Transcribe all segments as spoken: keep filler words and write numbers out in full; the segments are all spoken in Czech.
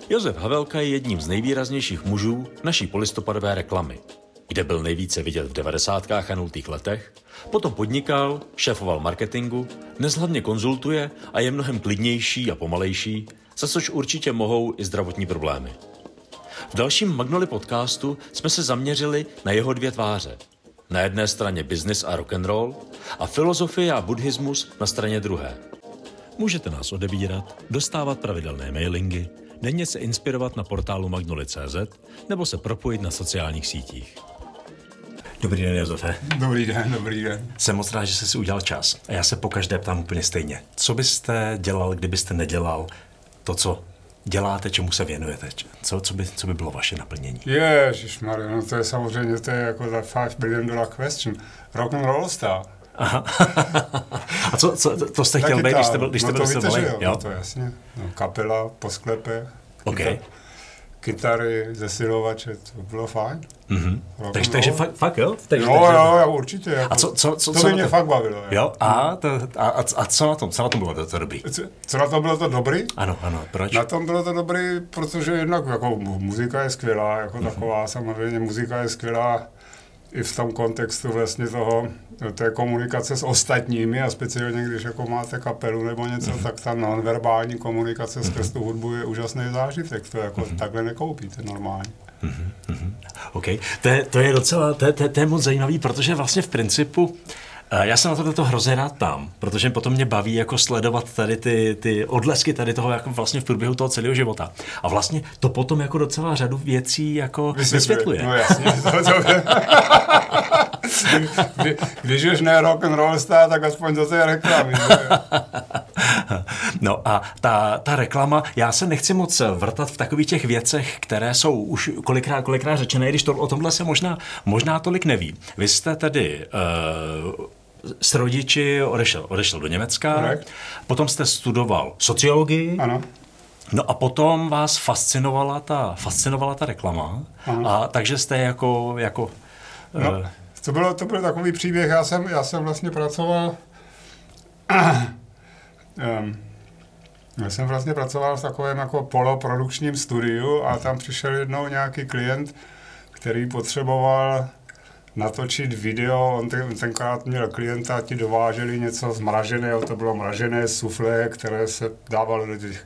Josef Havelka je jedním z nejvýraznějších mužů naší polistopadové reklamy, kde byl nejvíce vidět v devadesátkách a nultých letech, potom podnikal, šéfoval marketingu, dnes hlavně konzultuje a je mnohem klidnější a pomalejší, za což určitě mohou i zdravotní problémy. V dalším Magnoli podcastu jsme se zaměřili na jeho dvě tváře. Na jedné straně business a rock'n'roll a filozofie a buddhismus na straně druhé. Můžete nás odebírat, dostávat pravidelné mailingy, denně se inspirovat na portálu magnoli tečka cé zet nebo se propojit na sociálních sítích. Dobrý den, Josefe. Dobrý den, dobrý den. Jsem moc rád, že jsi si udělal čas. A já se pokaždé ptám úplně stejně. Co byste dělal, kdybyste nedělal to, co děláte, čemu se věnujete? Co, co, by, co by bylo vaše naplnění? Ježišmarja, no to je samozřejmě, to je jako ta five billion dollar question. Rock and roll star. Aha. A co, co to jste chtěl být, když jste byl, když jste no byl to víte, malý? Jo, jo? No to jasně. No, kapela po sklepe. Okay. Kytar, kytary, zesilovače, to bylo fajn. Mm-hmm. takže takže fakt, fakt jo? Takže, no takže, jo, jo, určitě. Jako, a co, co, co, to co by mě to? fakt bavilo. Jo. Jo? A, to, a, a co na tom? Co na tom bylo to, to dobrý? Co, co na tom bylo to dobrý? Ano, ano. Proč? Na tom bylo to dobrý, protože jednak jako muzika je skvělá, jako mm-hmm. taková, samozřejmě muzika je skvělá i v tom kontextu vlastně toho, té komunikace s ostatními a speciálně, když jako máte kapelu nebo něco, mm-hmm. tak ta nonverbální komunikace mm-hmm. skrz tu hudbu je úžasný zážitek, to jako mm-hmm. takhle nekoupíte normálně. Mm-hmm. OK, to je, to je docela, to je, to, je, to je moc zajímavý, protože vlastně v principu já se na to, to hrozně rád tam, protože potom mě baví jako sledovat tady ty, ty odlesky tady toho jako vlastně v průběhu toho celého života. A vlastně to potom jako docela řadu věcí jako vysvětluje. No jasně. To, to, kdy, když už ne rock and roll star, tak aspoň do té reklamy. No a ta, ta reklama, já se nechci moc vrtat v takových těch věcech, které jsou už kolikrát, kolikrát řečené, když to, o tomhle se možná, možná tolik neví. Vy jste tedy uh, s rodiči odešel, odešel do Německa, Correct. Potom jste studoval sociologii. Ano. No a potom vás fascinovala ta, fascinovala ta reklama, ano. A takže jste jako... jako no, uh, to, bylo, to byl takový příběh, já jsem, já jsem vlastně pracoval... um, já jsem vlastně pracoval v takovém jako poloprodukčním studiu a tam přišel jednou nějaký klient, který potřeboval natočit video, on ten, tenkrát měl klienta, ti dováželi něco zmraženého, to bylo mražené suflé, které se dávalo do těch,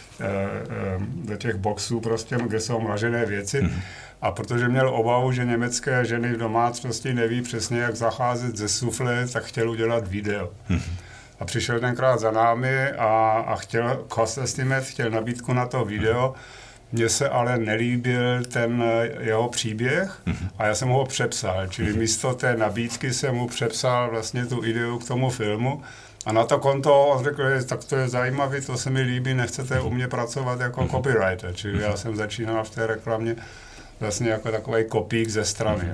do těch boxů prostě, kde jsou mražené věci. Mm-hmm. A protože měl obavu, že německé ženy v domácnosti neví přesně, jak zacházet ze suflé, tak chtěl udělat video. Mm-hmm. A přišel tenkrát za námi a, a chtěl cost estimate, chtěl nabídku na to video. Mně se ale nelíbil ten jeho příběh a já jsem ho přepsal, čili místo té nabídky jsem mu přepsal vlastně tu ideu k tomu filmu a na to konto on řekl, tak to je zajímavý, to se mi líbí, nechcete u mě pracovat jako copywriter, čili já jsem začínal v té reklamě vlastně jako takový kopík ze strany.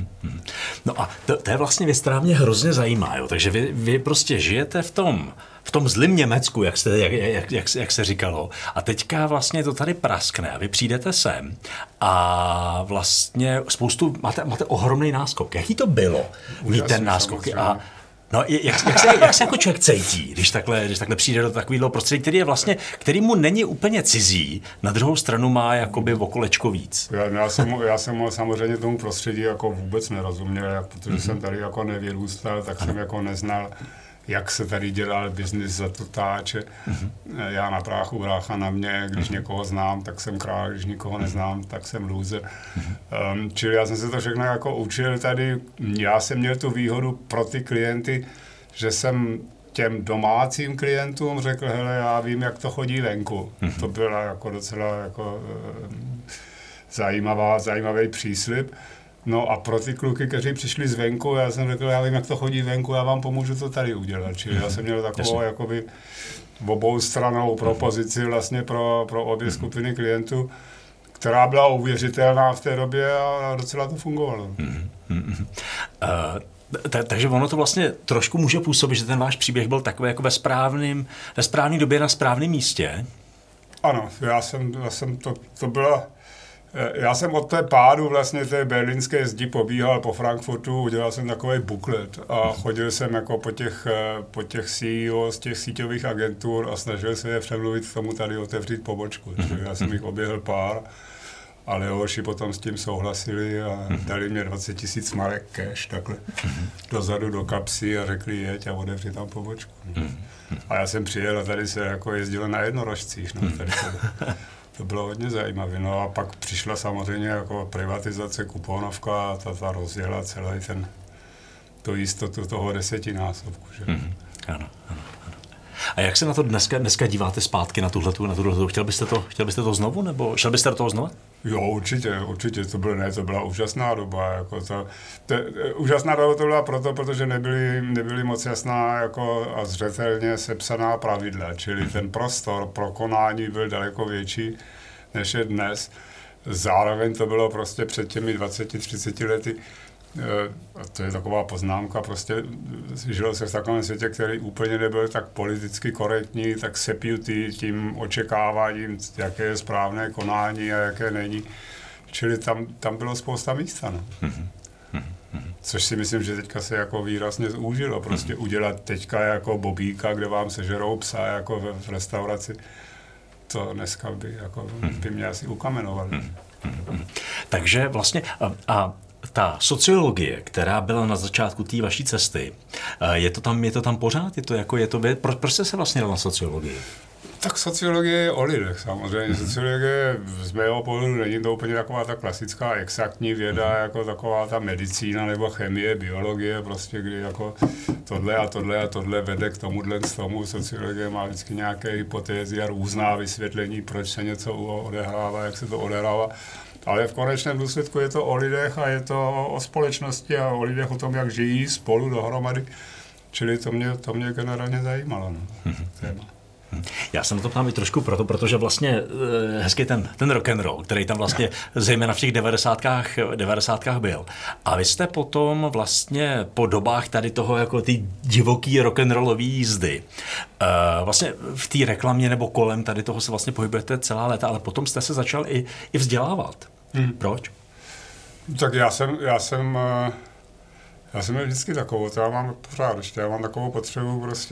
No a to, to je vlastně věc, která mě hrozně zajímá, jo? Takže vy, vy prostě žijete v tom, v tom zlým Německu, jak, jste, jak, jak, jak, jak se říkalo, a teďka vlastně to tady praskne a vy přijdete sem a vlastně spoustu, máte, máte ohromný náskok. Jaký to bylo mít ten náskok? A no, jak, jak, se, jak se jako člověk cítí, když takhle, když takhle přijde do takového prostředí, který je vlastně, který mu není úplně cizí, na druhou stranu má jakoby o kolečko víc. Já, já, jsem, já jsem samozřejmě tomu prostředí jako vůbec nerozuměl, protože mm-hmm. jsem tady jako nevyrůstal, tak ano. jsem jako neznal, jak se tady dělal biznis za to táče. Mm-hmm. Já na bráchu, brácha na mě, když mm-hmm. někoho znám, tak jsem král, když nikoho neznám, tak jsem loser. Mm-hmm. Um, čili já jsem se to všechno jako učil tady. Já jsem měl tu výhodu pro ty klienty, že jsem těm domácím klientům řekl, hele, já vím, jak to chodí venku. Mm-hmm. To byla jako docela jako, um, zajímavá, zajímavý příslib. No a pro ty kluky, kteří přišli zvenku, já jsem řekl, já vím, jak to chodí venku, já vám pomůžu to tady udělat. Čili já jsem měl takovou jakoby oboustranou propozici vlastně pro, pro obě skupiny klientů, která byla uvěřitelná v té době a docela to fungovalo. Mm-hmm. Uh, t- takže ono to vlastně trošku může působit, že ten váš příběh byl takový jako ve správném, ve správné době na správném místě. Ano, já jsem, já jsem to, to byla... Já jsem od té pádu vlastně té berlínské zdi pobíhal po Frankfurtu, udělal jsem takový buklet a chodil jsem jako po těch, po těch C E O z těch síťových agentur a snažil se je přemluvit k tomu tady otevřít pobočku. Čili já jsem jich oběhl pár, ale hoši potom s tím souhlasili a dali mě dvacet tisíc marek cash takhle dozadu do kapsy a řekli jeď a otevři tam pobočku. A já jsem přijel a tady se jako jezdilo na jednorožcích. No, tady to, to bylo hodně zajímavé. No a pak přišla samozřejmě jako privatizace, kuponovka a ta, ta rozjela celý ten, tu jistotu toho desetinásobku. Že? Mm, ano, ano, ano. A jak se na to dneska, dneska díváte zpátky na tuhletu, na tuhletu? Chtěl byste to, chtěl byste to znovu, nebo šel byste do toho znovu? Jo, určitě, určitě, to bylo, ne, to byla úžasná doba, jako to, to, úžasná doba to byla proto, protože nebyly, nebyly moc jasná jako a zřetelně sepsaná pravidla, čili ten prostor pro konání byl daleko větší, než je dnes. Zároveň to bylo prostě před těmi dvaceti třiceti lety, a to je taková poznámka, prostě žilo se v takovém světě, který úplně nebyl tak politicky korektní, tak sepjutý tím očekáváním, jaké je správné konání a jaké není. Čili tam, tam bylo spousta místa. No. Což si myslím, že teďka se jako výrazně zúžilo. Prostě udělat teďka jako bobíka, kde vám sežerou psa jako v, v restauraci, to dneska by, jako, by mě asi ukamenovali. Takže vlastně a, a ta sociologie, která byla na začátku té vaší cesty, je to tam, je to tam pořád? Je to jako, je to, pro, proč jste se vlastně dal na sociologii? Tak sociologie je o lidech samozřejmě. Mm-hmm. Sociologie z mého pohledu není to úplně taková ta klasická exaktní věda, mm-hmm. jako taková ta medicína nebo chemie, biologie, prostě kdy jako tohle a tohle a tohle vede k tomuhle z tomu. Sociologie má vždycky nějaké hypotézy a různá vysvětlení, proč se něco odehrává, jak se to odehrává. Ale v konečném důsledku je to o lidech a je to o společnosti a o lidech, o tom, jak žijí spolu dohromady. Čili to mě, to mě generálně zajímalo. No, téma. Já se na to ptám i trošku proto, protože vlastně hezký ten, ten rock and roll, který tam vlastně zejména v těch devadesátkách, devadesátkách byl. A vy jste potom vlastně po dobách tady toho jako ty divoký rock and rollový jízdy. Vlastně v té reklamě nebo kolem tady toho se vlastně pohybujete celá léta, ale potom jste se začal i, i vzdělávat. Hmm. Proč? Tak já jsem, já jsem, já jsem vždycky takovou, to já mám pořád ještě, já mám takovou potřebu prostě,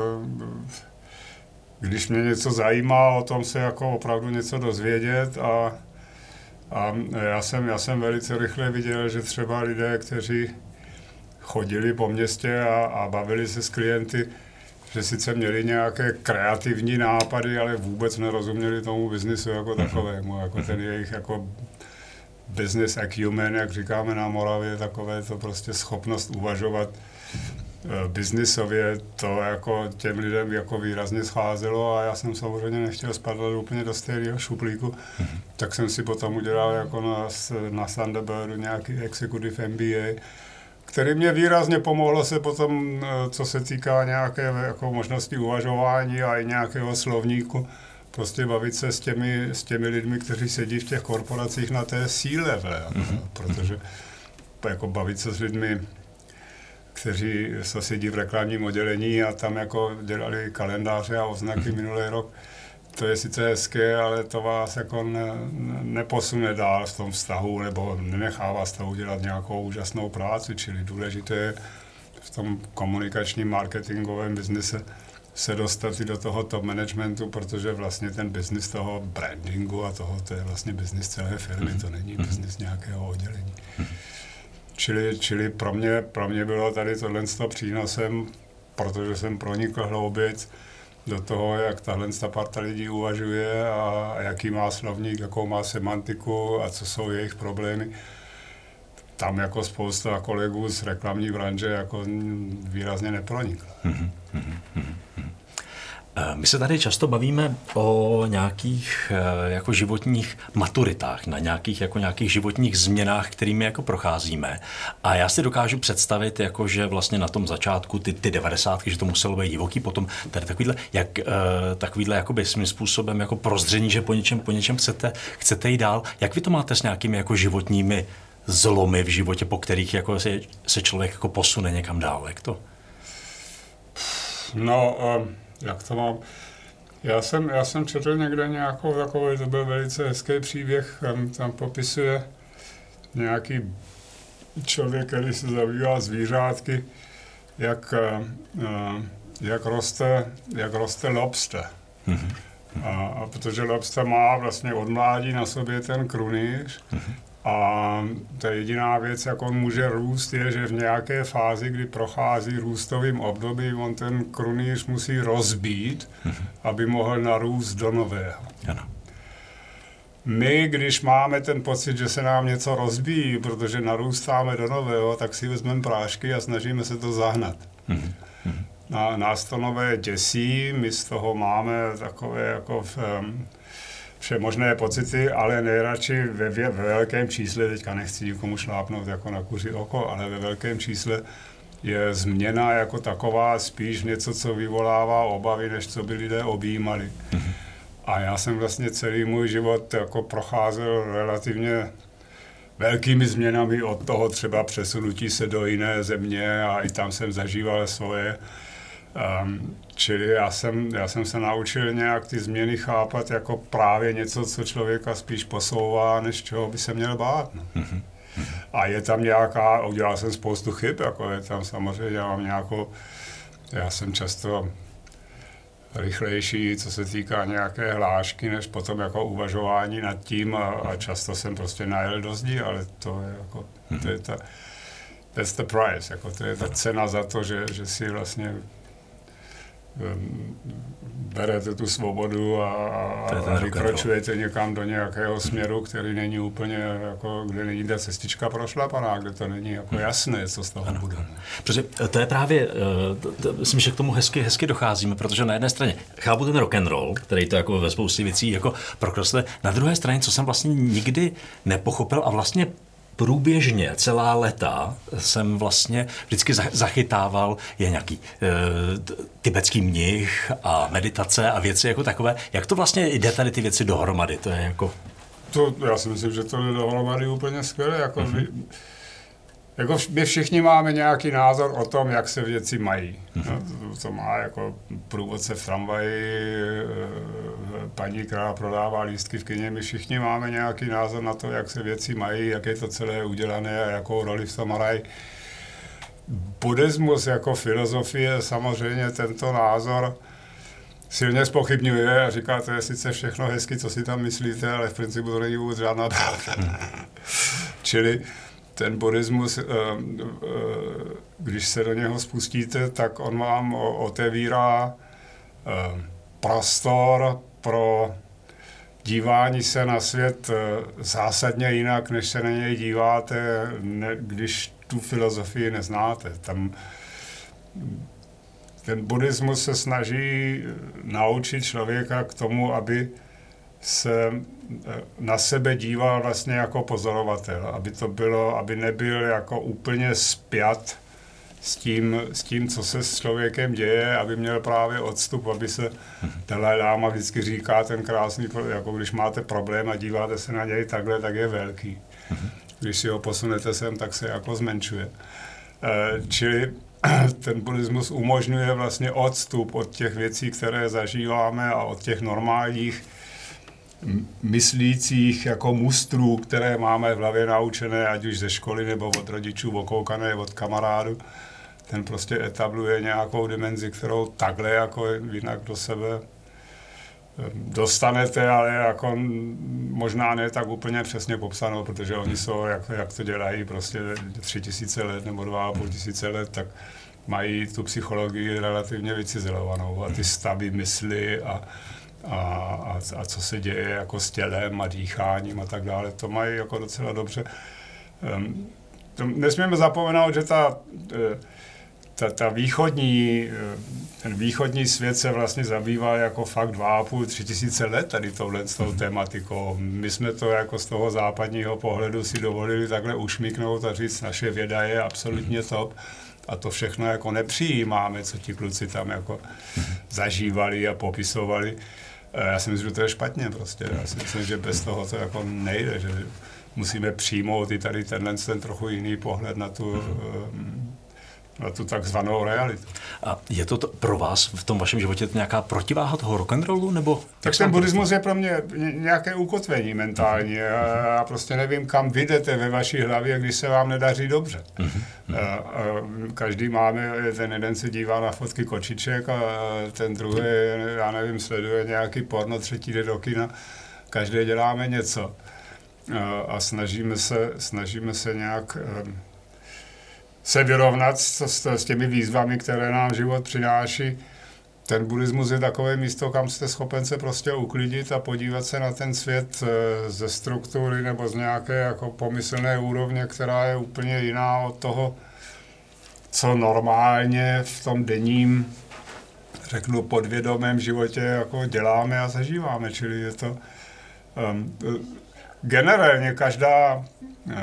když mě něco zajímá, o tom se jako opravdu něco dozvědět a, a já jsem, já jsem velice rychle viděl, že třeba lidé, kteří chodili po městě a, a bavili se s klienty, že sice měli nějaké kreativní nápady, ale vůbec nerozuměli tomu biznisu jako takovému, jako ten jejich jako business acumen, jak říkáme na Moravě, takové to prostě schopnost uvažovat biznisově, to jako těm lidem jako výrazně scházelo a já jsem samozřejmě nechtěl spadat úplně do stejného šuplíku, mm-hmm. tak jsem si potom udělal jako na, na Thunderbirdu nějaký executive M B A, který mě výrazně pomohlo se potom, co se týká nějaké jako možnosti uvažování a i nějakého slovníku, prostě bavit se s těmi, s těmi lidmi, kteří sedí v těch korporacích na té C-level, mm-hmm. protože jako bavit se s lidmi, kteří se sedí v reklamním oddělení a tam jako dělali kalendáře a oznaky mm-hmm. minulý rok. To je sice hezké, ale to vás jako ne, neposune dál v tom vztahu nebo nenechá vás toho dělat nějakou úžasnou práci, čili důležité je v tom komunikačním marketingovém biznise se dostat i do toho top managementu, protože vlastně ten biznis toho brandingu a toho, to je vlastně biznis celé firmy, to není biznis nějakého oddělení. Čili, čili pro mě, pro mě bylo tady tohle přínosem, protože jsem pronikl hlouběji do toho, jak tahle parta lidí uvažuje a jaký má slovník, jakou má semantiku a co jsou jejich problémy. Tam jako spousta kolegů z reklamní branže jako výrazně nepronikla. My se tady často bavíme o nějakých jako životních maturitách, na nějakých, jako nějakých životních změnách, kterými jako procházíme. A já si dokážu představit, jako, že vlastně na tom začátku ty, ty devadesátky, že to muselo být divoký, potom tady takovýhle, jak, takovýhle jakoby svým způsobem jako prozření, že po něčem, po něčem chcete, chcete jít dál. Jak vy to máte s nějakými jako životními zlomy v životě, po kterých jako se, se člověk jako posune někam dál? Jak to? No, um... Jak to mám? Já jsem, já jsem četl někde nějakou takovou, to byl velice hezký příběh, tam, tam popisuje nějaký člověk, který se zabývá zvířátky, jak, jak, roste, jak roste lobster. Mm-hmm. A, a protože lobster má vlastně od mládí na sobě ten krunýř, mm-hmm. a ta jediná věc, jak on může růst, je, že v nějaké fázi, kdy prochází růstovým obdobím, on ten krunýř musí rozbít, mm-hmm. aby mohl narůst do nového. Ano. My, když máme ten pocit, že se nám něco rozbíjí, protože narůstáme do nového, tak si vezmeme prášky a snažíme se to zahnat. Mm-hmm. Na, nás to nové děsí, my z toho máme takové jako v, um, všemožné pocity, ale nejradši ve, ve velkém čísle, teďka nechci nikomu šlápnout jako na kuři oko, ale ve velkém čísle je změna jako taková spíš něco, co vyvolává obavy, než co by lidé objímali. Mm-hmm. A já jsem vlastně celý můj život jako procházel relativně velkými změnami od toho třeba přesunutí se do jiné země a i tam jsem zažíval svoje. Um, čili já jsem, já jsem se naučil nějak ty změny chápat jako právě něco, co člověka spíš posouvá, než čeho by se měl bát. No. Mm-hmm. A je tam nějaká, udělal jsem spoustu chyb, jako je tam samozřejmě, já mám nějakou, já jsem často rychlejší, co se týká nějaké hlášky, než potom jako uvažování nad tím a, a často jsem prostě najel do zdi, ale to je jako, to je ta, that's the price, jako to je ta cena za to, že, že si vlastně um, berete tu svobodu a, a vykročujete někam do nějakého směru, který není úplně, jako, kde není ta cestička prošlapaná, kde to není jako jasné, co z toho ano, bude. Protože to je právě, myslím, že k tomu hezky, hezky docházíme, protože na jedné straně chápu ten rock and roll, který to jako ve spoustě věcí jako prokresluje, na druhé straně, co jsem vlastně nikdy nepochopil a vlastně průběžně celá léta jsem vlastně vždycky zachytával je nějaký e, tibetský mnich a meditace a věci jako takové. Jak to vlastně jde tady ty věci dohromady? To je jako... To, já si myslím, že to jde dohromady úplně skvěle. Jako, mm-hmm. vy, jako my všichni máme nějaký názor o tom, jak se věci mají. Mm-hmm. No, to, to má jako průvodce v tramvaji, paní, která prodává lístky v kině, my všichni máme nějaký názor na to, jak se věci mají, jak je to celé udělané a jakou roli v tom hrají. Buddhismus jako filozofie samozřejmě tento názor silně zpochybňuje a říká, to je sice všechno hezky, co si tam myslíte, ale v principu to není vůbec žádná pravda. Čili ten buddhismus, když se do něho spustíte, tak on vám otevírá prostor pro dívání se na svět zásadně jinak, než se na něj díváte, když tu filozofii neznáte. Tam ten buddhismus se snaží naučit člověka k tomu, aby se na sebe díval vlastně jako pozorovatel, aby to bylo, aby nebyl jako úplně spjat s tím, s tím, co se s člověkem děje, aby měl právě odstup, aby se Dalaj Lama vždycky říká ten krásný, jako když máte problém a díváte se na něj takhle, tak je velký. Když si ho posunete sem, tak se jako zmenšuje. Čili ten buddhismus umožňuje vlastně odstup od těch věcí, které zažíváme a od těch normálních myslících jako mustrů, které máme v hlavě naučené, ať už ze školy nebo od rodičů, okoukané od kamarádů. Ten prostě etabluje nějakou dimenzi, kterou takhle jako jinak do sebe dostanete, ale jako možná ne tak úplně přesně popsanou, protože oni jsou, jak, jak to dělají prostě tři tisíce let nebo dva a půl tisíce let, tak mají tu psychologii relativně vycizelovanou a ty stavy mysli a A, a, a co se děje jako s tělem a dýcháním a tak dále, to mají jako docela dobře. Um, to nesmíme zapomenout, že ta, ta, ta východní, ten východní svět se vlastně zabývá jako fakt dva a půl, tři tisíce let tady touhle s tou tematikou. My jsme to jako z toho západního pohledu si dovolili takhle ušmyknout a říct, naše věda je absolutně top. A to všechno jako nepřijímáme, co ti kluci tam jako zažívali a popisovali. Já si myslím, že to je špatně prostě. Já si myslím, že bez toho to jako nejde, že musíme přijmout i tady tenhle ten trochu jiný pohled na tu, na tu takzvanou realitu. A je to, to pro vás v tom vašem životě nějaká protiváha toho rock'n'rollu, nebo? Tak ten buddhismus je pro mě nějaké ukotvení mentální. Já prostě nevím, kam vyjdete ve vaší hlavě, když se vám nedaří dobře. Každý máme, ten jeden se dívá na fotky kočiček a ten druhý, já nevím, sleduje nějaký porno, třetí jde do kina. Každý děláme něco. A snažíme se, snažíme se nějak se vyrovnat s, s těmi výzvami, které nám život přináší. Ten buddhismus je takové místo, kam jste schopen se prostě uklidit a podívat se na ten svět ze struktury nebo z nějaké jako pomyslné úrovně, která je úplně jiná od toho, co normálně v tom denním, řeknu, podvědomém životě jako děláme a zažíváme. Čili je to um, generálně každá uh,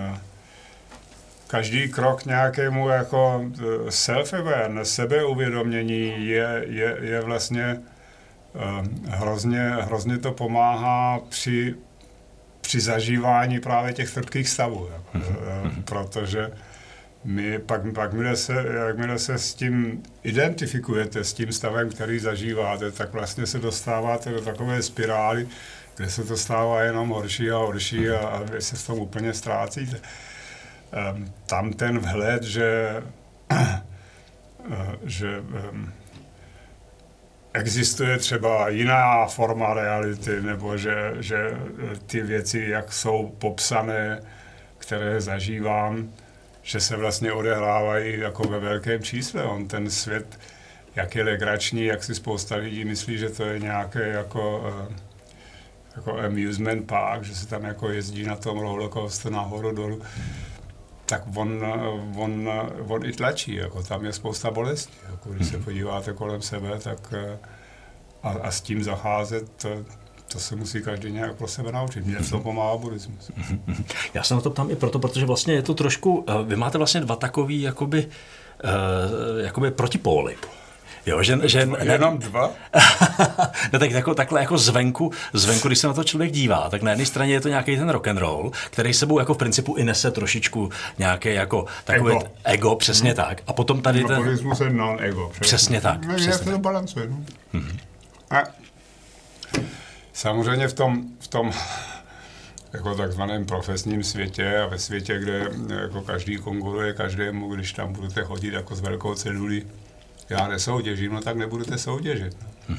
Každý krok nějakému jako self-aware, sebeuvědomění je, je, je vlastně uh, hrozně, hrozně to pomáhá při, při zažívání právě těch trpkých stavů. Jako, uh, protože my pak, pak jakmile se, jakmile se s tím identifikujete, s tím stavem, který zažíváte, tak vlastně se dostáváte do takové spirály, kde se to stává jenom horší a horší a, a vy se v tom úplně ztrácíte. Um, tam ten vhled, že, uh, že um, existuje třeba jiná forma reality, nebo že, že ty věci, jak jsou popsané, které zažívám, že se vlastně odehrávají jako ve velkém čísle. On ten svět, jak je legrační, jak si spousta lidí myslí, že to je nějaké jako, uh, jako amusement park, že se tam jako jezdí na tom rollercoaster nahoru dolů. Tak on, on, on i tlačí, jako tam je spousta bolestí. Jako když se podíváte kolem sebe, tak a, a s tím zacházet, to, to se musí každý nějak pro sebe naučit. Mně v tom pomáhá buddhismus. Já se na to ptám i proto, protože vlastně je to trošku, vy máte vlastně dva takový jakoby, uh, jakoby protipóly. Jo, že, že ne, jenom dva? No tak jako, takhle jako zvenku, zvenku, když se na to člověk dívá, tak na jedné straně je to nějaký ten rock and roll, který sebou jako v principu i nese trošičku nějaké jako takové ego, ego přesně hmm. tak. A potom tady ten... Buddhismus je non-ego. Přesně, přesně tak. No, jak se to balancuje. No? Hmm. A samozřejmě v tom, v tom jako takzvaném profesním světě a ve světě, kde jako každý konkuruje každému, když tam budete chodit jako s velkou cedulí, já nesoutěžím, no tak nebudete soutěžit. No.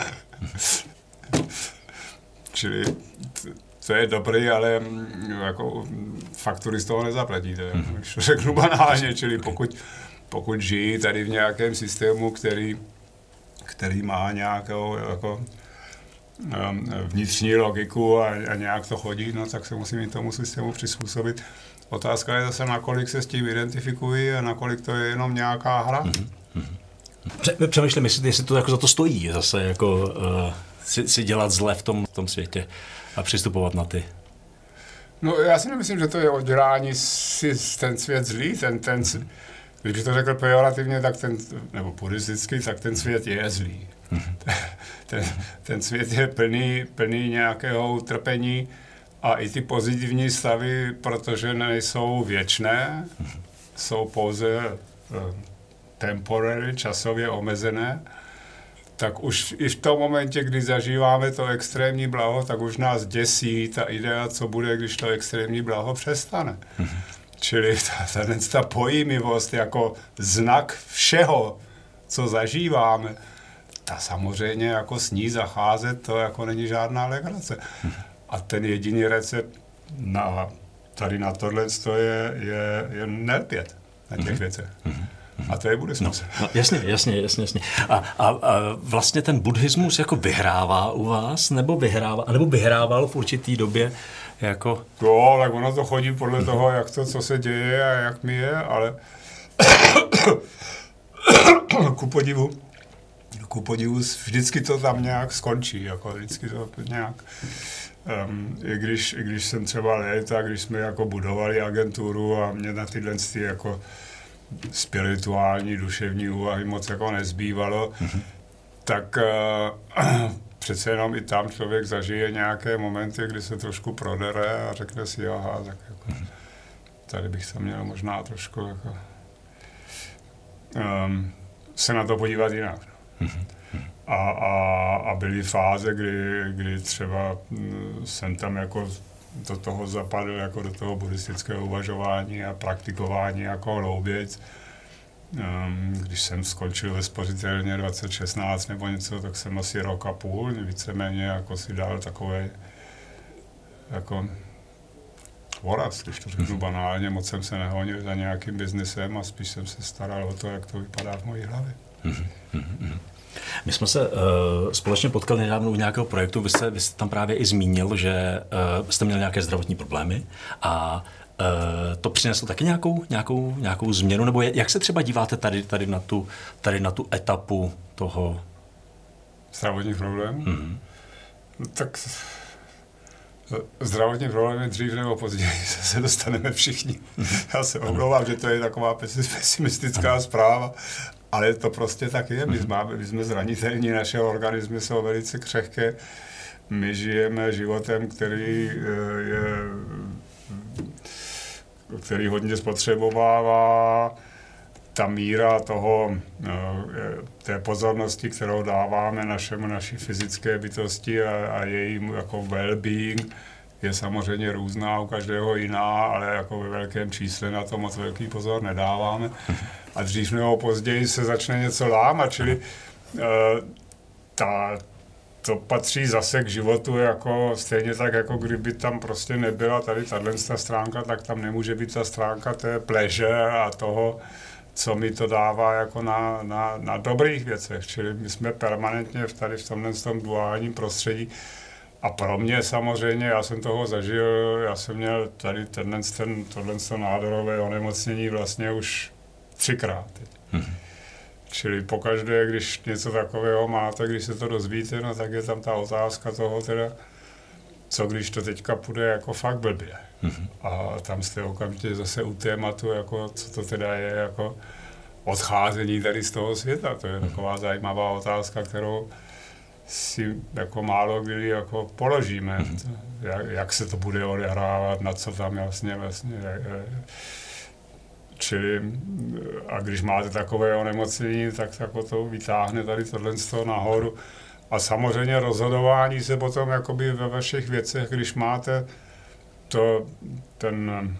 Čili t- to je dobrý, ale jako faktury z toho nezaplatíte, když to řeknu banálně, čili pokud, pokud žijí tady v nějakém systému, který, který má nějakou jako, um, vnitřní logiku a, a nějak to chodí, no tak se musím i tomu systému přizpůsobit. Otázka je zase, nakolik se s tím identifikují a nakolik to je jenom nějaká hra. Přemýšlím, jestli, jestli to jako za to stojí zase jako uh, si, si dělat zle v tom, v tom světě a přistupovat na ty. No já si nemyslím, že to je oddělání si ten svět zlý, ten, ten, když to řekl pejorativně, tak ten, nebo buddhisticky, tak ten svět je zlý. ten, ten svět je plný, plný nějakého utrpení a i ty pozitivní stavy, protože nejsou věčné, jsou pouze uh, temporary, časově omezené, tak už i v tom momentě, kdy zažíváme to extrémní blaho, tak už nás děsí ta idea, co bude, když to extrémní blaho přestane. Mm-hmm. Čili ta, ta, ta pojímivost jako znak všeho, co zažíváme, ta samozřejmě jako s ní zacházet, to jako není žádná legrace. Mm-hmm. A ten jediný recept na, tady na tohle je, je, je nelpět na těch mm-hmm. věcech. Mm-hmm. A to je buddhismus. No, no, jasně, jasně, jasně, jasně. A, a, a vlastně ten buddhismus jako vyhrává u vás, nebo vyhrává, nebo vyhrával v určitý době jako... Jo, tak ono to chodí podle toho, jak to, co se děje a jak mi je, ale ku podivu, ku podivu vždycky to tam nějak skončí, jako vždycky to nějak... Um, i, když, I když jsem třeba léta, když jsme jako budovali agenturu a mě na tyhle ty jako spirituální, duševní úvahy moc jako nezbývalo, mm-hmm. tak uh, přece jenom i tam člověk zažije nějaké momenty, kdy se trošku prodere a řekne si, aha, tak jako, mm-hmm. tady bych se měl možná trošku jako um, se na to podívat jinak. A, a, a byly fáze, kdy, kdy třeba jsem tam jako do toho zapadl, jako do toho buddhistického uvažování a praktikování jako hloubějc. Um, když jsem skončil ve spořitelně dvacet šestnáct nebo něco, tak jsem asi rok a půl víceméně jako si dal takové jako voraz, když to řeknu banálně, moc jsem se nehonil za nějakým biznesem a spíš jsem se staral o to, jak to vypadá v mojí hlavě. My jsme se uh, společně potkali nedávno u nějakého projektu, vy jste, vy jste tam právě i zmínil, že uh, jste měl nějaké zdravotní problémy a uh, to přineslo taky nějakou, nějakou, nějakou změnu, nebo je, jak se třeba díváte tady, tady, na, tu, tady na tu etapu toho zdravotních problémů? Mm-hmm. No, tak zdravotní problémy dřív nebo později se dostaneme všichni. Já se omlouvám, že to je taková pesimistická zpráva, ale to prostě tak je. My jsme, my jsme zranitelní, naše organismy jsou velice křehké. My žijeme životem, který je, který hodně spotřebovává. Ta míra toho, té pozornosti, kterou dáváme našemu, naší fyzické bytosti a, a jejímu jako well-being, je samozřejmě různá, u každého jiná, ale jako ve velkém čísle na to moc velký pozor nedáváme. A dřív nebo později se začne něco lámat, čili uh, ta, to patří zase k životu, jako stejně tak, jako kdyby tam prostě nebyla tady tato stránka, tak tam nemůže být ta stránka té pleže a toho, co mi to dává jako na, na, na dobrých věcech. Čili my jsme permanentně v tady v tomhle tom duálním prostředí. A pro mě samozřejmě, já jsem toho zažil, já jsem měl tady tenhle, ten, tohle nádorové onemocnění vlastně už třikrát. Hmm. Čili pokaždé, když něco takového máte, když se to dozvíte, no tak je tam ta otázka toho teda, co když to teďka půjde jako fakt blbě. Hmm. A tam jste okamžitě zase u tématu, jako co to teda je jako odcházení tady z toho světa. To je taková zajímavá otázka, kterou si jako málo kdy jako položíme. Hmm. Jak, jak se to bude odehrávat, na co tam vlastně vlastně. Čili, a když máte takové onemocnění, tak jako to vytáhne tady tohle z toho nahoru. A samozřejmě rozhodování se potom jakoby ve vašich věcech, když máte to, ten,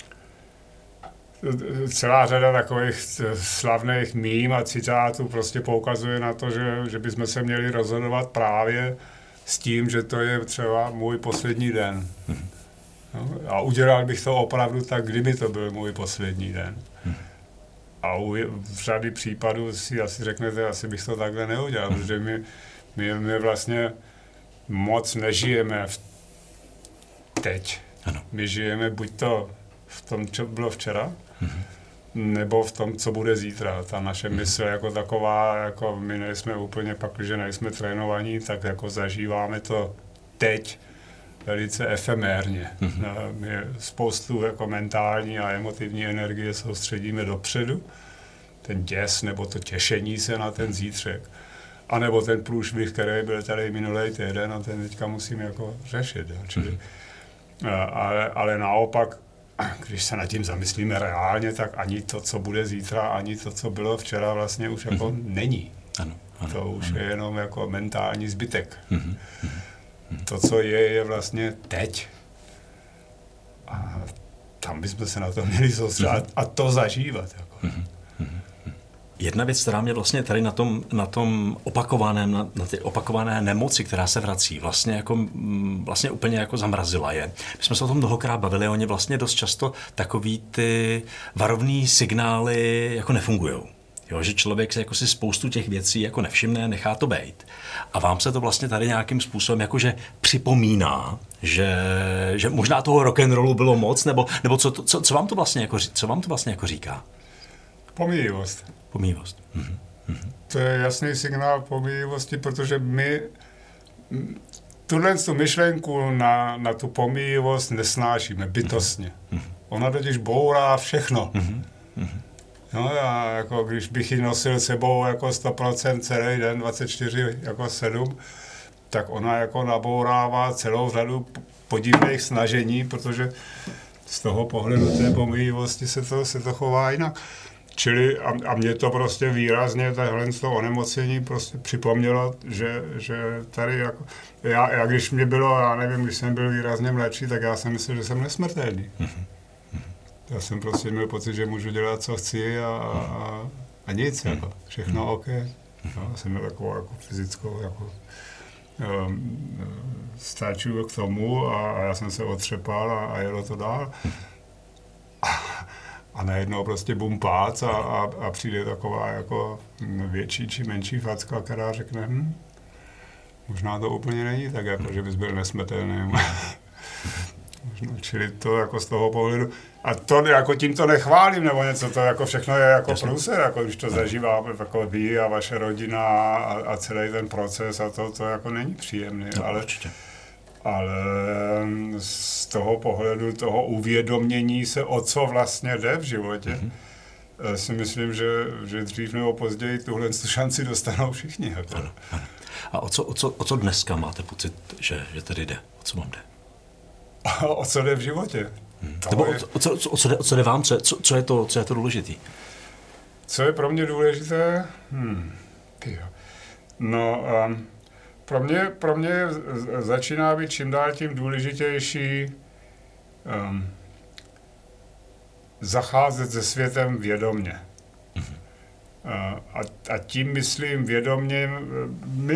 celá řada takových slavných mím a citátů prostě poukazuje na to, že, že bychom se měli rozhodovat právě s tím, že to je třeba můj poslední den. No, a udělal bych to opravdu tak, kdyby to byl můj poslední den. A u v řady případů si asi řeknete, asi bych to takhle neudělal, protože my, my, my vlastně moc nežijeme v teď. Ano. My žijeme buď to v tom, co bylo včera, mm-hmm. nebo v tom, co bude zítra. Ta naše mm-hmm. mysl jako taková, jako my nejsme úplně pak, že nejsme trénovaní, tak jako zažíváme to teď velice efemérně. Mm-hmm. My spoustu jako mentální a emotivní energie soustředíme dopředu, ten děs nebo to těšení se na ten zítřek. A nebo ten průšvih, který byl tady minulý týden a ten teďka musím jako řešit. Jo. Čili, mm-hmm. ale, ale naopak, když se nad tím zamyslíme reálně, tak ani to, co bude zítra, ani to, co bylo včera, vlastně už jako mm-hmm. není. Ano, ano, to už ano. je jenom jako mentální zbytek. Mm-hmm. To, co je, je vlastně teď. A tam bychom se na to měli soustředit mm-hmm. a to zažívat. Jako. Mm-hmm. Jedna věc, která mě vlastně tady na tom, na tom opakovaném, na, na ty opakované nemoci, která se vrací, vlastně, jako, vlastně úplně jako zamrazila je. My jsme se o tom mnohokrát bavili, oni vlastně dost často takový ty varovný signály jako nefungujou. Jo, že člověk se jako si spoustu těch věcí jako nevšimne, nechá to bejt. A vám se to vlastně tady nějakým způsobem jakože připomíná, že, že možná toho rock'n'rollu bylo moc, nebo, nebo co, co, co, vám to vlastně jako, co vám to vlastně jako říká? Pomíjivost. Pomíjivost. Mhm. Mhm. To je jasný signál pomíjivosti, protože my tuhle tu myšlenku na, na tu pomíjivost nesnášíme bytostně. Mhm. Ona totiž bourá všechno. Mhm. Mhm. No a jako když bych ji nosil sebou jako sto procent celý den, dvacet čtyři jako sedm, tak ona jako nabourává celou řadu podivných snažení, protože z toho pohledu té pomíjivosti se to, se to chová jinak. Čili a, a mě to prostě výrazně, tohle z toho onemocnění prostě připomnělo, že, že tady jako, já, já když mě bylo, já nevím, když jsem byl výrazně mladší, tak já jsem myslel, že jsem nesmrtelný. Já jsem prostě měl pocit, že můžu dělat, co chci a, a, a nic, jako, všechno OK. No, jsem měl takovou jako fyzickou jako, um, stáču k tomu a, a já jsem se otřepal a, a jelo to dál. A, a najednou prostě bum pác a, a, a přijde taková jako větší či menší facka, která řekne, hm, možná to úplně není tak, jako, že bys byl nesmrtelný. Čili to jako z toho pohledu. A to jako tím to nechválím, nebo něco, to jako všechno je jako průser, jako když to zažívá jako vy a vaše rodina a, a celý ten proces a to, to jako není příjemný, no, ale, určitě. ale z toho pohledu toho uvědomění se, o co vlastně jde v životě, mm-hmm. si myslím, že, že dřív nebo později tuhle šanci dostanou všichni. Jako. Ano, ano. A o co, o, co, o co dneska máte pocit, že, že tady jde? O co vám jde? O co jde v životě? Hmm. Nebo je... o, co, o, co jde, o co jde vám? Co, co, co je to, co je to důležitý? Co je pro mě důležité? Hmm. No, um, pro mě, pro mě začíná být čím dál tím důležitější um, zacházet se světem vědomně. Hmm. Uh, a, a tím myslím vědomně, my,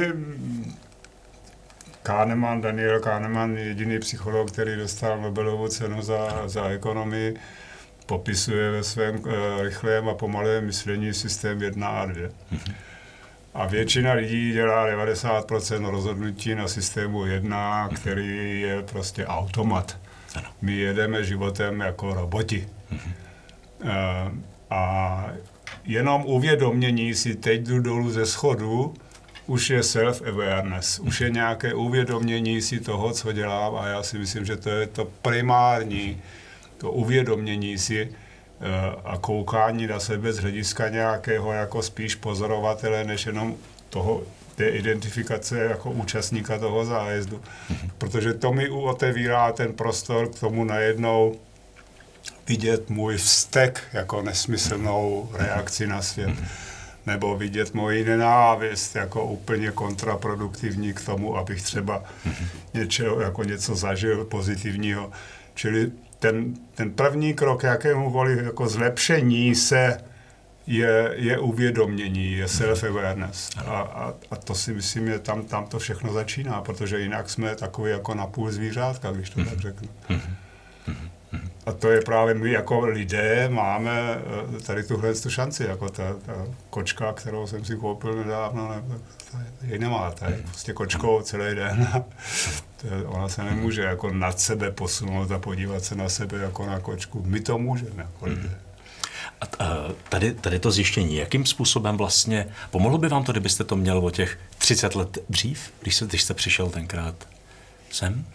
Kahneman, Daniel Kahneman, jediný psycholog, který dostal Nobelovu cenu za, za ekonomii, popisuje ve svém uh, rychlém a pomalém myšlení systém jedna a dva. A většina lidí dělá devadesát procent rozhodnutí na systému jedna, který je prostě automat. My jedeme životem jako roboti. Uh, a jenom uvědomění si teď jdu dolů ze schodu, už je self-awareness, už je nějaké uvědomění si toho, co dělám a já si myslím, že to je to primární, to uvědomění si uh, a koukání na sebe z hlediska nějakého jako spíš pozorovatele, než jenom toho, té identifikace jako účastníka toho zájezdu. Protože to mi otevírá ten prostor k tomu najednou vidět můj vztek jako nesmyslnou reakci na svět. Nebo vidět moji nenávist jako úplně kontraproduktivní k tomu, abych třeba něčeho, jako něco zažil pozitivního. Čili ten, ten první krok jakémukoliv jako zlepšení se je, je uvědomění, je self-awareness. A, a, a to si myslím, že tam, tam to všechno začíná, protože jinak jsme takový jako napůl zvířátka, když to tak řeknu. A to je právě my jako lidé máme tady tuhle tu šanci, jako ta, ta kočka, kterou jsem si koupil nedávno, ne, ta jej nemá, ta je prostě kočkou celý den. Ona se nemůže jako nad sebe posunout a podívat se na sebe jako na kočku. My to můžeme jako lidé. A tady, tady to zjištění, jakým způsobem vlastně, pomohlo by vám to, kdybyste to měl o těch třicet let dřív, když jste, když jste přišel tenkrát sem?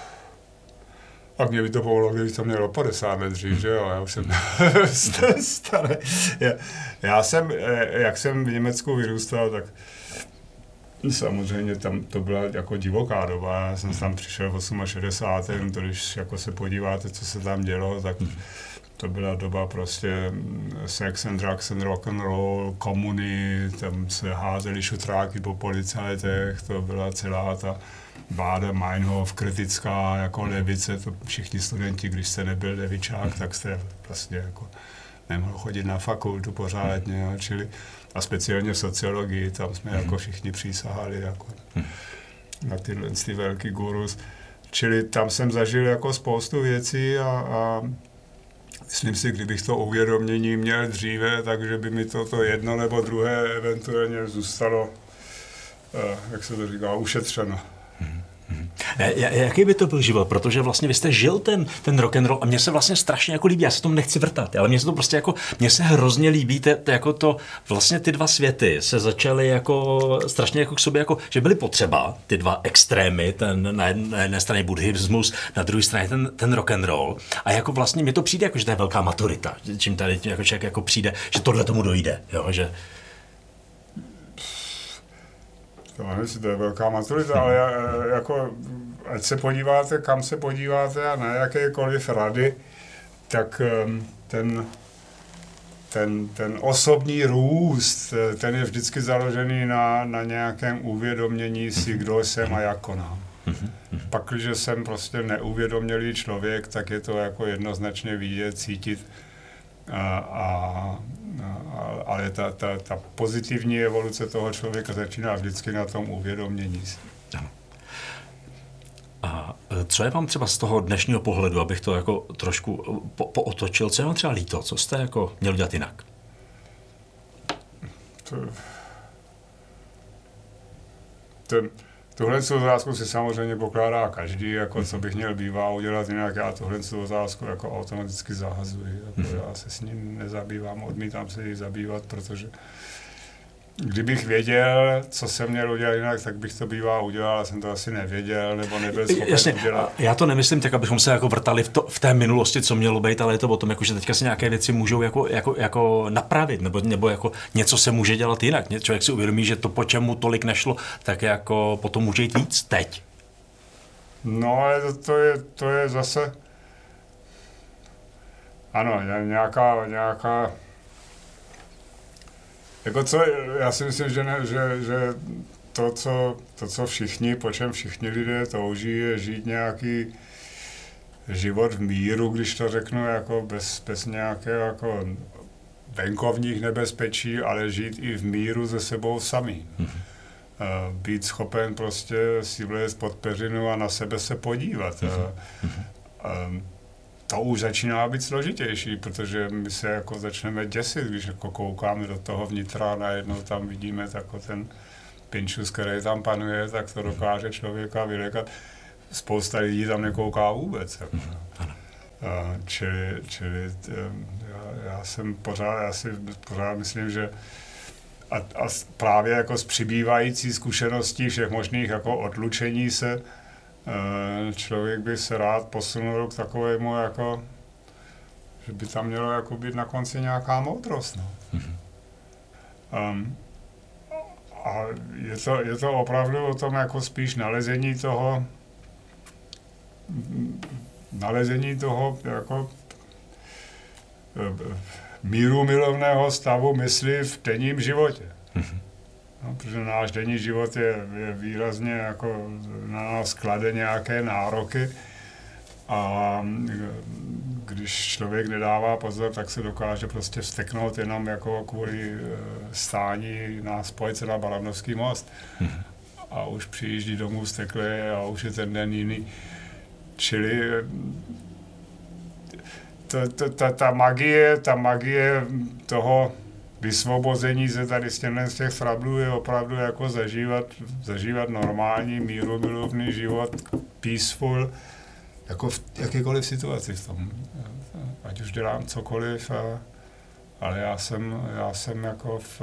A mě by to pomohlo, kdyby to mělo padesát let dřív, že jo, já už jsem starý. Já, já jsem, jak jsem v Německu vyrůstal, tak samozřejmě tam to byla jako divoká doba. Já jsem tam přišel v šedesátém osmém To když jako se podíváte, co se tam dělo, tak to byla doba prostě sex and drugs and rock and roll, komuny, tam se házeli šutráky po policajtech, to byla celá ta Báda Meinhof, kritická jako levice, to všichni studenti, když jste nebyl levičák, tak jste vlastně jako nemohl chodit na fakultu pořádně, čili a speciálně v sociologii, tam jsme jako všichni přísahali jako na tyhle ty velký gurus. Čili tam jsem zažil jako spoustu věcí a, a myslím si, kdybych to uvědomění měl dříve, takže by mi to, to jedno nebo druhé eventuálně zůstalo, jak se to říká, ušetřeno. Jaký by to byl život? Protože vlastně vy jste žil ten, ten rock and roll a mně se vlastně strašně jako líbí, já se tomu nechci vrtat, ale mně se to prostě jako, mně se hrozně líbí, te, te, jako to, vlastně ty dva světy se začaly jako strašně jako k sobě, jako, že byly potřeba, ty dva extrémy, ten na jedné, na jedné straně buddhismus, na druhé straně ten, ten rock and roll a jako vlastně mi to přijde jako, že to je velká maturita, čím tady jako člověk jako přijde, že tohle tomu dojde, jo, že To nevím, jestli to je velká maturita, ale jako, ať se podíváte, kam se podíváte a na jakékoliv rady, tak ten, ten, ten osobní růst, ten je vždycky založený na, na nějakém uvědomění si, kdo jsem a jak konám. Pak, když jsem prostě neuvědomělý člověk, tak je to jako jednoznačně vidět, cítit. A, a, a, ale ta, ta, ta pozitivní evoluce toho člověka začíná vždycky na tom uvědomění si. A co je vám třeba z toho dnešního pohledu, abych to jako trošku po, pootočil, co je vám třeba líto, co jste jako měl dělat jinak? To, to, tuhle otázku si samozřejmě pokládá každý, jako co bych měl bývá udělat jinak, já tuhle otázku jako automaticky zahazuji, jako já se s ním nezabývám, odmítám se jí zabývat, protože kdybych věděl, co jsem měl udělat jinak, tak bych to bývá udělal, ale jsem to asi nevěděl, nebo nebyl schopen Jasně, udělat. Já to nemyslím tak, abychom se jako vrtali v, to, v té minulosti, co mělo být, ale je to o tom, jako, že teďka si nějaké věci můžou jako, jako, jako napravit, nebo, nebo jako něco se může dělat jinak. Člověk si uvědomí, že to, po čemu tolik nešlo, tak jako potom může jít víc teď. No, ale to, to, je, to je zase... Ano, nějaká... nějaká Jako co, já si myslím, že, ne, že, že to, co, to, co všichni, po čem všichni lidé touží, je žít nějaký život v míru, když to řeknu, jako bez, bez nějakého jako venkovních nebezpečí, ale žít i v míru se sebou samým. Mm-hmm. Být schopen prostě si vlézt pod peřinu a na sebe se podívat. Mm-hmm. To už začíná být složitější, protože my se jako začneme děsit, když jako koukáme do toho vnitra a najednou tam vidíme jako ten pinčus, který tam panuje, tak to dokáže člověka vylékat. Spousta lidí tam nekouká vůbec. Jako. Čili, čili já, já jsem pořád, já si pořád myslím, že a, a právě jako s přibývající zkušeností všech možných jako odlučení se člověk by se rád posunul k takovému, jako, že by tam mělo jako být na konci nějaká moudrost. No. Mm-hmm. Um, a je to, je to opravdu o tom jako spíš nalezení toho, nalezení toho jako míru milovného stavu mysli v denním životě. Mm-hmm. No, protože náš denní život je, je výrazně jako na nás klade nějaké nároky a když člověk nedává pozor, tak se dokáže prostě vzteknout jenom jako kvůli stání na spojce na Barandovský most. Hmm. A už přijíždí domů vzteklé a už je ten den jiný. Čili to, to, ta, ta magie, ta magie toho vysvobození se tady z těchto z těch frablů je opravdu jako zažívat, zažívat normální, mírumilovný život, peaceful, jako v jakékoliv situaci v tom. Ať už dělám cokoliv, ale já jsem, já jsem jako v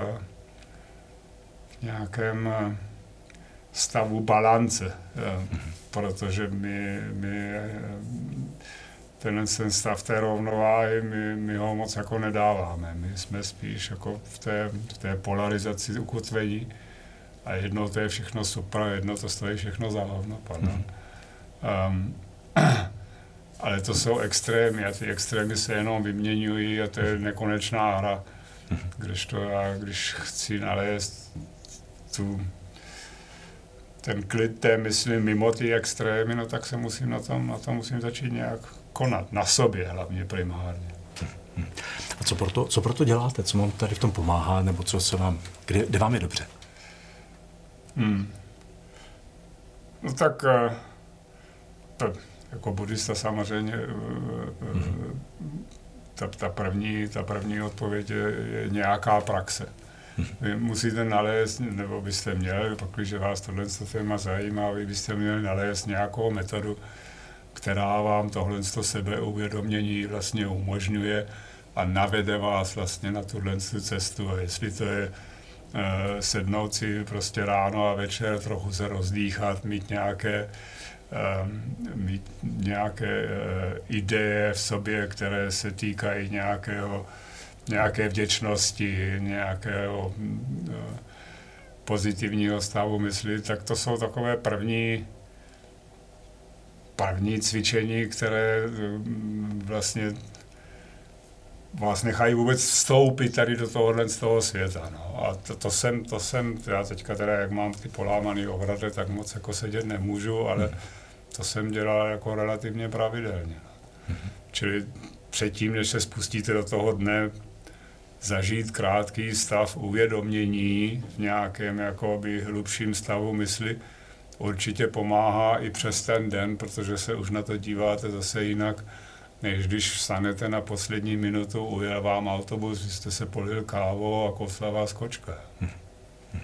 nějakém stavu balance, protože my, my tenhle ten stav té rovnováhy, my, my ho moc jako nedáváme. My jsme spíš jako v té, v té polarizaci ukotvení a jednou to je všechno super, jednou to stojí všechno za hovno, pardon. Um, ale to jsou extrémy a ty extrémy se jenom vyměňují a to je nekonečná hra. Když to já, když chci nalézt tu, ten klid té mysli mimo ty extrémy, no tak se musím na tom, na tom musím začít nějak konat, na sobě hlavně primárně. A co proto, co proto děláte? Co vám tady v tom pomáhá, nebo co se vám, kde, kde vám je dobře? Hmm. No tak to, jako buddhista samozřejmě hmm. ta, ta, první, ta první odpověď je, je nějaká praxe. Vy musíte nalézt, nebo byste měli, pokud vás tohle téma zajímá, vy byste měli nalézt nějakou metodu, která vám tohle sebeuvědomění vlastně umožňuje a navede vás vlastně na tuhle cestu. A jestli to je uh, sednout si prostě ráno a večer, trochu se rozdýchat, mít nějaké, um, mít nějaké uh, ideje v sobě, které se týkají nějakého, nějaké vděčnosti, nějakého uh, pozitivního stavu mysli, tak to jsou takové první první cvičení, které vlastně vás nechají vůbec vstoupit tady do tohohle z toho světa. No. A to, to, jsem, to jsem, já teďka teda, jak mám ty polámaný ohrady, tak moc jako sedět nemůžu, ale to jsem dělal jako relativně pravidelně. No. Čili předtím, než se spustíte do toho dne, zažít krátký stav uvědomění v nějakém jakoby hlubším stavu mysli, určitě pomáhá i přes ten den, protože se už na to díváte zase jinak, než když vstanete na poslední minutu, ujel vám autobus, vy jste se polil kávou a kousla vás kočka. Hm. Hm.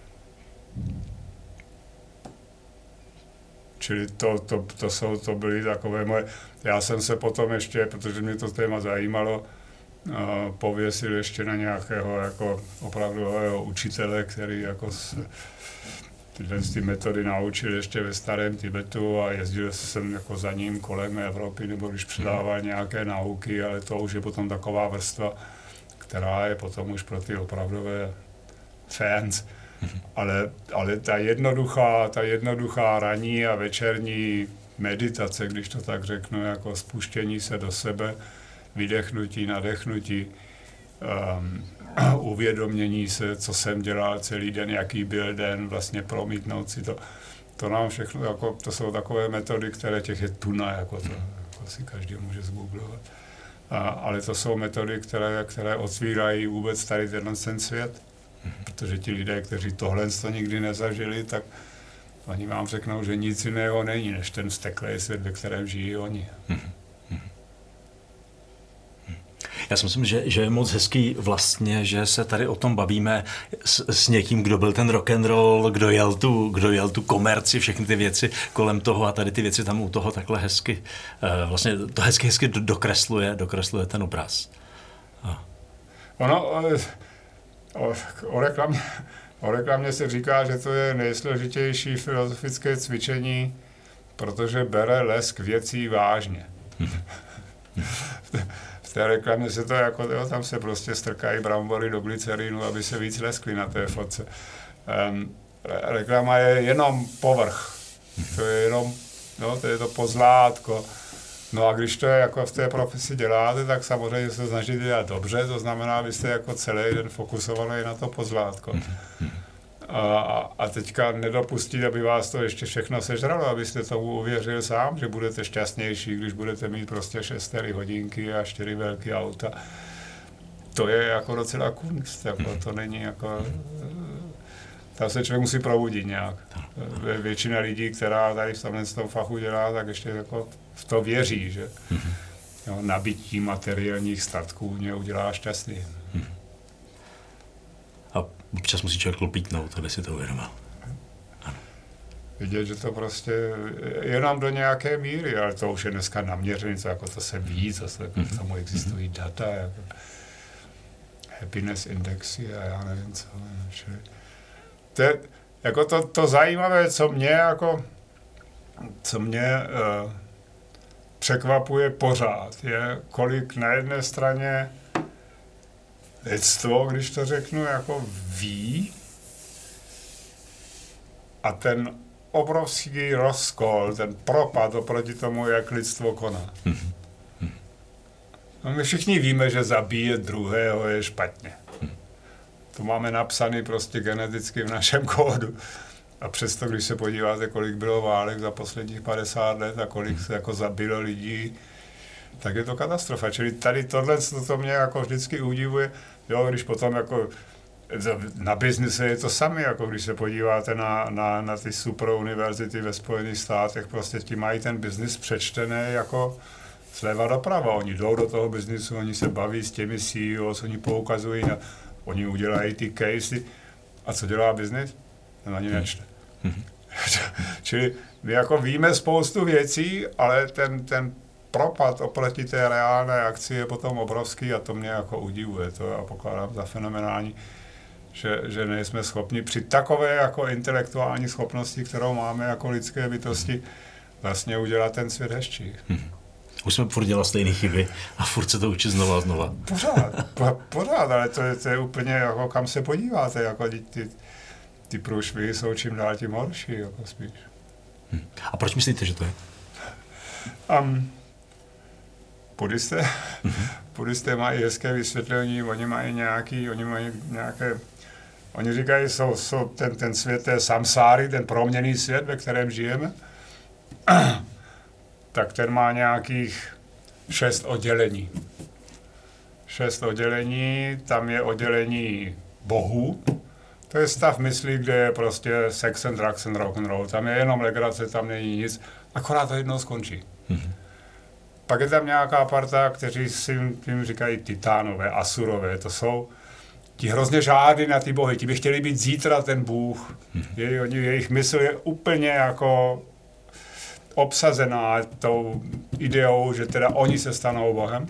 Čili to, to, to, jsou, to byly takové moje... Já jsem se potom ještě, protože mě to téma zajímalo, uh, pověsil ještě na nějakého jako opravdového učitele, který jako s, tyhle ty metody naučil ještě ve starém Tibetu a jezdil jsem jako za ním kolem Evropy, nebo když předával nějaké nauky, ale to už je potom taková vrstva, která je potom už pro ty opravdové fans. Ale, ale ta jednoduchá, ta jednoduchá ranní a večerní meditace, když to tak řeknu, jako spuštění se do sebe, vydechnutí, nadechnutí, um, uvědomění se, co jsem dělal celý den, jaký byl den, vlastně promítnout si to. To nám všechno, jako, to jsou takové metody, které těch je tuna, jako to jako si každý může zgooglovat. A, ale to jsou metody, které, které otvírají vůbec tady tenhle ten svět. Protože ti lidé, kteří tohle to nikdy nezažili, tak oni vám řeknou, že nic jiného není, než ten vzteklý svět, ve kterém žijí oni. Já si myslím, že, že je moc hezký vlastně, že se tady o tom bavíme s, s někým, kdo byl ten rock and roll, kdo jel tu, kdo jel tu komerci, všechny ty věci kolem toho a tady ty věci tam u toho takhle hezky, vlastně to hezky, hezky dokresluje, dokresluje ten obraz. A. Ono, o, o, reklamě, o reklamě se říká, že to je nejsložitější filozofické cvičení, protože bere lesk věcí vážně. V té reklamě se to jako, jo, tam se prostě strkají brambory do glycerínu, aby se víc leskly na té fotce. Um, reklama je jenom povrch. To je jenom, no, to je to pozlátko. No a když to je jako v té profesi děláte, tak samozřejmě se snažíte dělat dobře, to znamená, abyste jako celý den fokusovali na to pozlátko. A, a teďka nedopustit, aby vás to ještě všechno sežralo, abyste tomu uvěřil sám, že budete šťastnější, když budete mít prostě šest hodinky a čtyři velké auta. To je jako docela kunst, jako to není jako... Tam se člověk musí probudit nějak. Většina lidí, která tady v tomhle tom fachu dělá, tak ještě jako v to věří, že jo, nabití materiálních statků mě udělá šťastný. A občas musí člověk klopítnout, aby si to uvědomil. Vidět, že to prostě jenom do nějaké míry, ale to už je dneska naměřené, co jako to se ví, co se, k tomu existují data, jako happiness indexy a já nevím co. Čili to, jako to, to zajímavé, co mě jako, co mě uh, překvapuje pořád, je, kolik na jedné straně lidstvo, když to řeknu, jako ví a ten obrovský rozkol, ten propad oproti tomu, jak lidstvo koná. No, my všichni víme, že zabíjet druhého je špatně. To máme napsané prostě geneticky v našem kódu. A přesto, když se podíváte, kolik bylo válek za posledních padesát let a kolik se jako zabilo lidí, tak je to katastrofa. Čili tady tohle, to mě jako vždycky udivuje, jo, když potom jako na biznise je to samé, jako když se podíváte na, na, na ty super univerzity ve Spojených státech, prostě ti mají ten biznis přečtený jako zleva doprava. Oni jdou do toho biznisu, oni se baví s těmi C E Os, oni poukazují, na, oni udělají ty casey. A co dělá biznis? No ani nečte. Čili my jako víme spoustu věcí, ale ten, ten propad oproti té reálné akci je potom obrovský a to mě jako udivuje. To já pokládám za fenomenální, že, že nejsme schopni při takové jako intelektuální schopnosti, kterou máme jako lidské bytosti, vlastně udělat ten svět hezčí. Hmm. Už jsme furt dělali stejné chyby a furt se to učí znova a znova. Pořád, po, pořád, ale to je, to je úplně jako kam se podíváte, jako ty, ty, ty průšvihy jsou čím dál tím horší, jako spíš. Hmm. A proč myslíte, že to je? Um, buddhisté, mm-hmm. buddhisté mají hezké vysvětlení, oni mají nějaký, oni mají nějaké, oni říkají, jsou, jsou ten, ten svět je samsáry, ten proměnný svět, ve kterém žijeme, tak ten má nějakých šest oddělení. Šest oddělení, tam je oddělení bohů, to je stav mysli, kde je prostě sex and drugs and rock and roll, tam je jenom legrace, tam není nic, akorát to jednou skončí. Mm-hmm. Pak je tam nějaká parta, kteří si tím říkají titánové, asurové, to jsou ti hrozně žádí na ty bohy, ti by chtěli být zítra ten bůh, mm-hmm. je, oni, jejich mysl je úplně jako obsazená tou ideou, že teda oni se stanou bohem.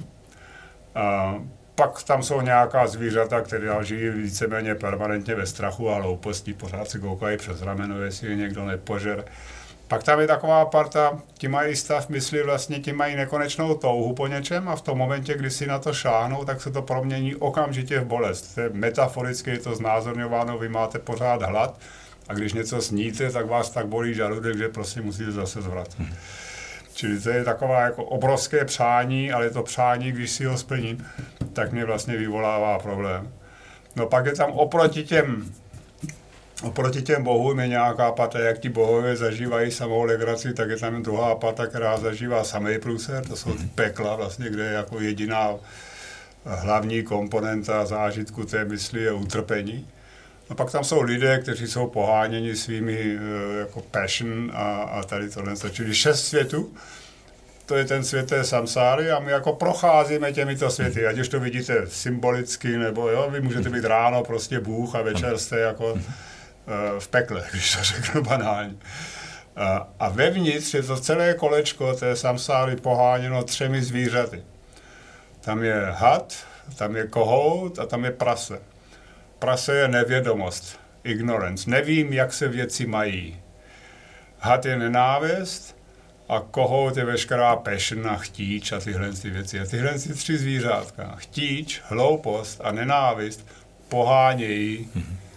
A pak tam jsou nějaká zvířata, která žijí víceméně permanentně ve strachu a hlouposti, pořád si koukají přes rameno, jestli je někdo nepožer. Pak tam je taková parta, ti mají stav mysli, vlastně ti mají nekonečnou touhu po něčem a v tom momentě, kdy si na to šáhnou, tak se to promění okamžitě v bolest. To je metaforicky, je to znázorňováno, vy máte pořád hlad a když něco sníte, tak vás tak bolí žaludek, že prostě musíte zase zvracet. Hmm. Čili to je taková jako obrovské přání, ale to přání, když si ho splním, tak mě vlastně vyvolává problém. No pak je tam oproti těm, oproti těm bohům je nějaká pata, jak ti bohové zažívají samou legraci, tak je tam druhá pata, která zažívá samej průser, to jsou ty pekla vlastně, kde je jako jediná hlavní komponenta zážitku té mysli je utrpení. A pak tam jsou lidé, kteří jsou poháněni svými jako passion a, a tady tohle. Čili šest světů, to je ten svět té samsáry a my jako procházíme těmito světy, ať už to vidíte symbolicky, nebo jo, vy můžete být ráno prostě Bůh a večer jste jako uh, v pekle, když to řeknu banálně. A, a vevnitř je to celé kolečko té samsáry poháněno třemi zvířaty. Tam je had, tam je kohout a tam je prase. Prase je nevědomost, ignorance. Nevím, jak se věci mají. Had je nenávist a kohout je veškerá passion a chtíč a tyhle ty věci. A tyhle ty tři zvířátka, chtíč, hloupost a nenávist, pohánějí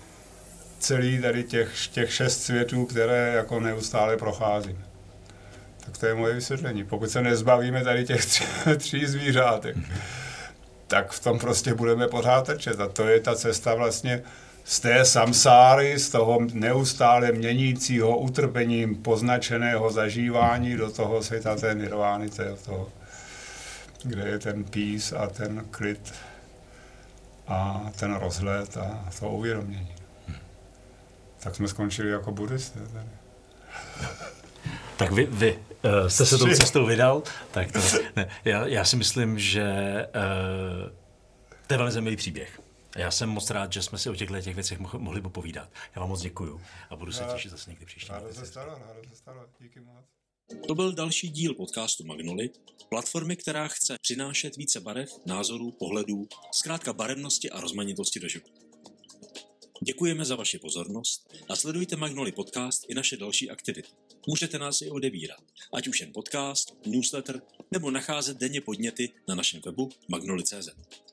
celý tady těch, těch šest světů, které jako neustále procházíme. Tak to je moje vysvětlení. Pokud se nezbavíme tady těch tři, tří zvířátek, tak v tom prostě budeme pořád trčet. A to je ta cesta vlastně z té samsáry, z toho neustále měnícího utrpením poznačeného zažívání do toho světa té nirvány, toho, kde je ten peace a ten klid a ten rozhled a to uvědomění. Tak jsme skončili jako buddhisté tady. Tak vy, vy uh, jste se tou cestou vydal, tak to, ne, já, já si myslím, že uh, to je velmi zajímavý příběh. Já jsem moc rád, že jsme si o těchto těch věcech mo- mohli popovídat. Já vám moc děkuju a budu se těšit zase někdy příště. Rádo se stalo, rádo se stalo. Díky moc. To byl další díl podcastu Magnoly, platformy, která chce přinášet více barev, názorů, pohledů, zkrátka barevnosti a rozmanitosti do života. Děkujeme za vaši pozornost a sledujte Magnoly podcast i naše další aktivity. Můžete nás i odebírat, ať už jen podcast, newsletter, nebo nacházet denně podněty na našem webu magnoly tečka cé zet.